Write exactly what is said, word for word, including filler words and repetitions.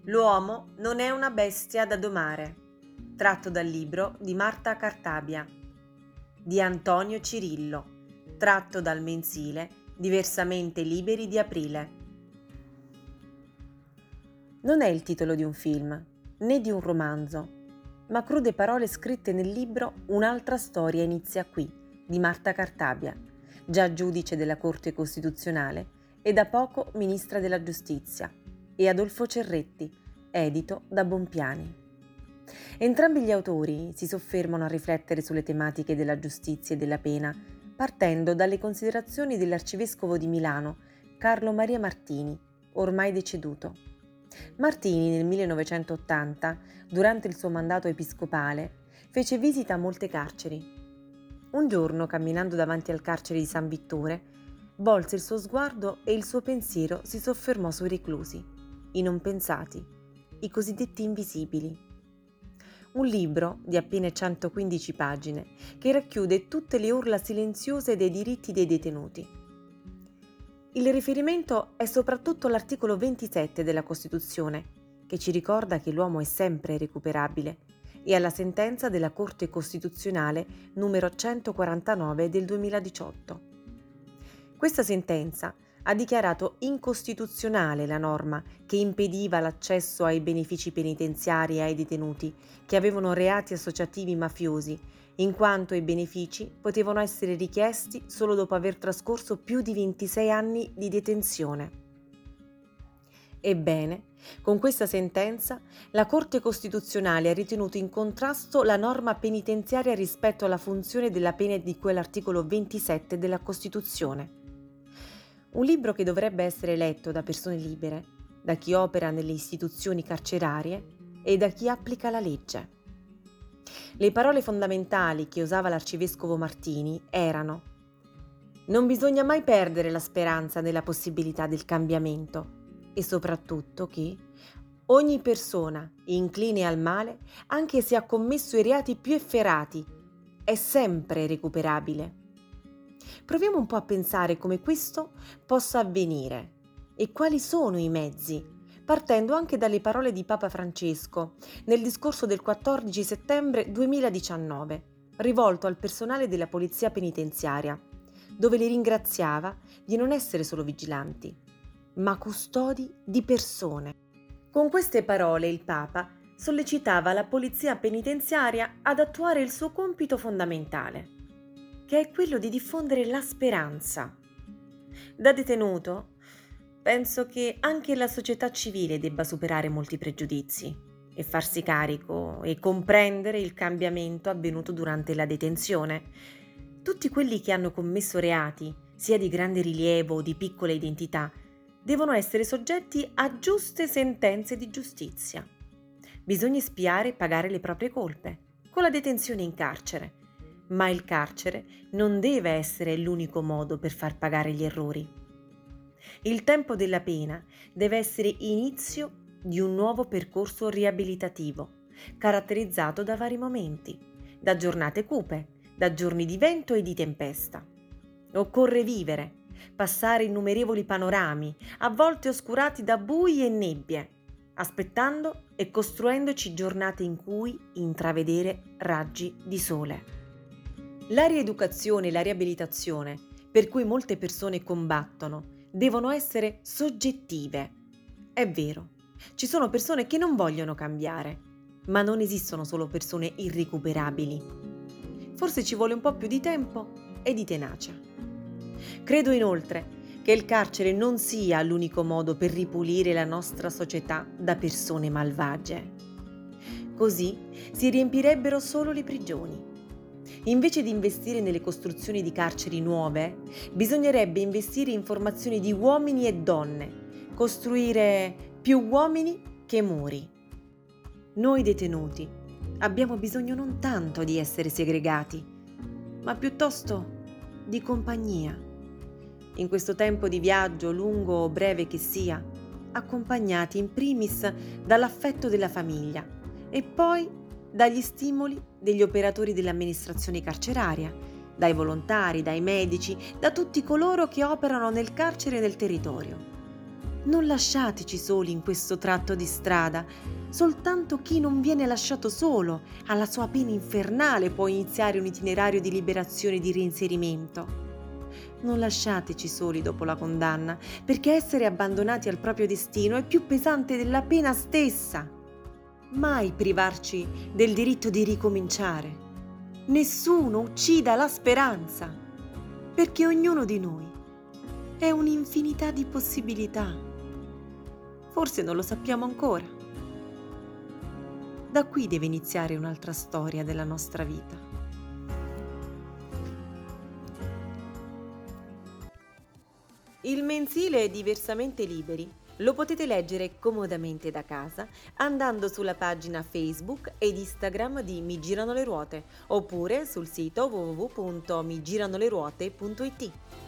L'uomo non è una bestia da domare, tratto dal libro di Marta Cartabia, di Antonio Cirillo, tratto dal mensile Diversamente Liberi di aprile. Non è il titolo di un film, né di un romanzo, ma crude parole scritte nel libro Un'altra storia inizia qui, di Marta Cartabia, già giudice della Corte Costituzionale e da poco Ministra della Giustizia, e Adolfo Cerretti, edito da Bompiani. Entrambi gli autori si soffermano a riflettere sulle tematiche della giustizia e della pena, partendo dalle considerazioni dell'arcivescovo di Milano, Carlo Maria Martini, ormai deceduto. Martini nel millenovecentottanta, durante il suo mandato episcopale, fece visita a molte carceri. Un giorno, camminando davanti al carcere di San Vittore, volse il suo sguardo e il suo pensiero si soffermò sui reclusi, i non pensati, i cosiddetti invisibili. Un libro di appena centoquindici pagine che racchiude tutte le urla silenziose dei diritti dei detenuti. Il riferimento è soprattutto all'articolo ventisette della Costituzione, che ci ricorda che l'uomo è sempre recuperabile, e alla sentenza della Corte Costituzionale numero centoquarantanove del duemiladiciotto. Questa sentenza ha dichiarato incostituzionale la norma che impediva l'accesso ai benefici penitenziari ai detenuti che avevano reati associativi mafiosi, in quanto i benefici potevano essere richiesti solo dopo aver trascorso più di ventisei anni di detenzione. Ebbene, con questa sentenza, la Corte Costituzionale ha ritenuto in contrasto la norma penitenziaria rispetto alla funzione della pena di cui all'articolo ventisette della Costituzione. Un libro che dovrebbe essere letto da persone libere, da chi opera nelle istituzioni carcerarie e da chi applica la legge. Le parole fondamentali che usava l'arcivescovo Martini erano: non bisogna mai perdere la speranza nella possibilità del cambiamento e soprattutto che ogni persona incline al male, anche se ha commesso i reati più efferati, è sempre recuperabile. Proviamo un po' a pensare come questo possa avvenire e quali sono i mezzi, partendo anche dalle parole di Papa Francesco nel discorso del quattordici settembre duemiladiciannove, rivolto al personale della Polizia Penitenziaria, dove li ringraziava di non essere solo vigilanti, ma custodi di persone. Con queste parole il Papa sollecitava la Polizia Penitenziaria ad attuare il suo compito fondamentale, che è quello di diffondere la speranza. Da detenuto, penso che anche la società civile debba superare molti pregiudizi e farsi carico e comprendere il cambiamento avvenuto durante la detenzione. Tutti quelli che hanno commesso reati, sia di grande rilievo o di piccola identità, devono essere soggetti a giuste sentenze di giustizia. Bisogna espiare e pagare le proprie colpe, con la detenzione in carcere. Ma il carcere non deve essere l'unico modo per far pagare gli errori. Il tempo della pena deve essere inizio di un nuovo percorso riabilitativo, caratterizzato da vari momenti, da giornate cupe, da giorni di vento e di tempesta. Occorre vivere, passare innumerevoli panorami, a volte oscurati da bui e nebbie, aspettando e costruendoci giornate in cui intravedere raggi di sole. La rieducazione e la riabilitazione, per cui molte persone combattono, devono essere soggettive. È vero, ci sono persone che non vogliono cambiare, ma non esistono solo persone irrecuperabili. Forse ci vuole un po' più di tempo e di tenacia. Credo inoltre che il carcere non sia l'unico modo per ripulire la nostra società da persone malvagie. Così si riempirebbero solo le prigioni. Invece di investire nelle costruzioni di carceri nuove, bisognerebbe investire in formazione di uomini e donne, costruire più uomini che muri. Noi detenuti abbiamo bisogno non tanto di essere segregati, ma piuttosto di compagnia. In questo tempo di viaggio, lungo o breve che sia, accompagnati in primis dall'affetto della famiglia e poi dagli stimoli degli operatori dell'amministrazione carceraria, dai volontari, dai medici, da tutti coloro che operano nel carcere e nel territorio. Non lasciateci soli in questo tratto di strada. Soltanto chi non viene lasciato solo alla sua pena infernale può iniziare un itinerario di liberazione e di reinserimento. Non lasciateci soli dopo la condanna, perché essere abbandonati al proprio destino è più pesante della pena stessa. Mai privarci del diritto di ricominciare. Nessuno uccida la speranza, perché ognuno di noi è un'infinità di possibilità. Forse non lo sappiamo ancora. Da qui deve iniziare un'altra storia della nostra vita. Il mensile Diversamente Liberi lo potete leggere comodamente da casa andando sulla pagina Facebook ed Instagram di Mi Girano le Ruote oppure sul sito w w w punto mi girano le ruote punto i t.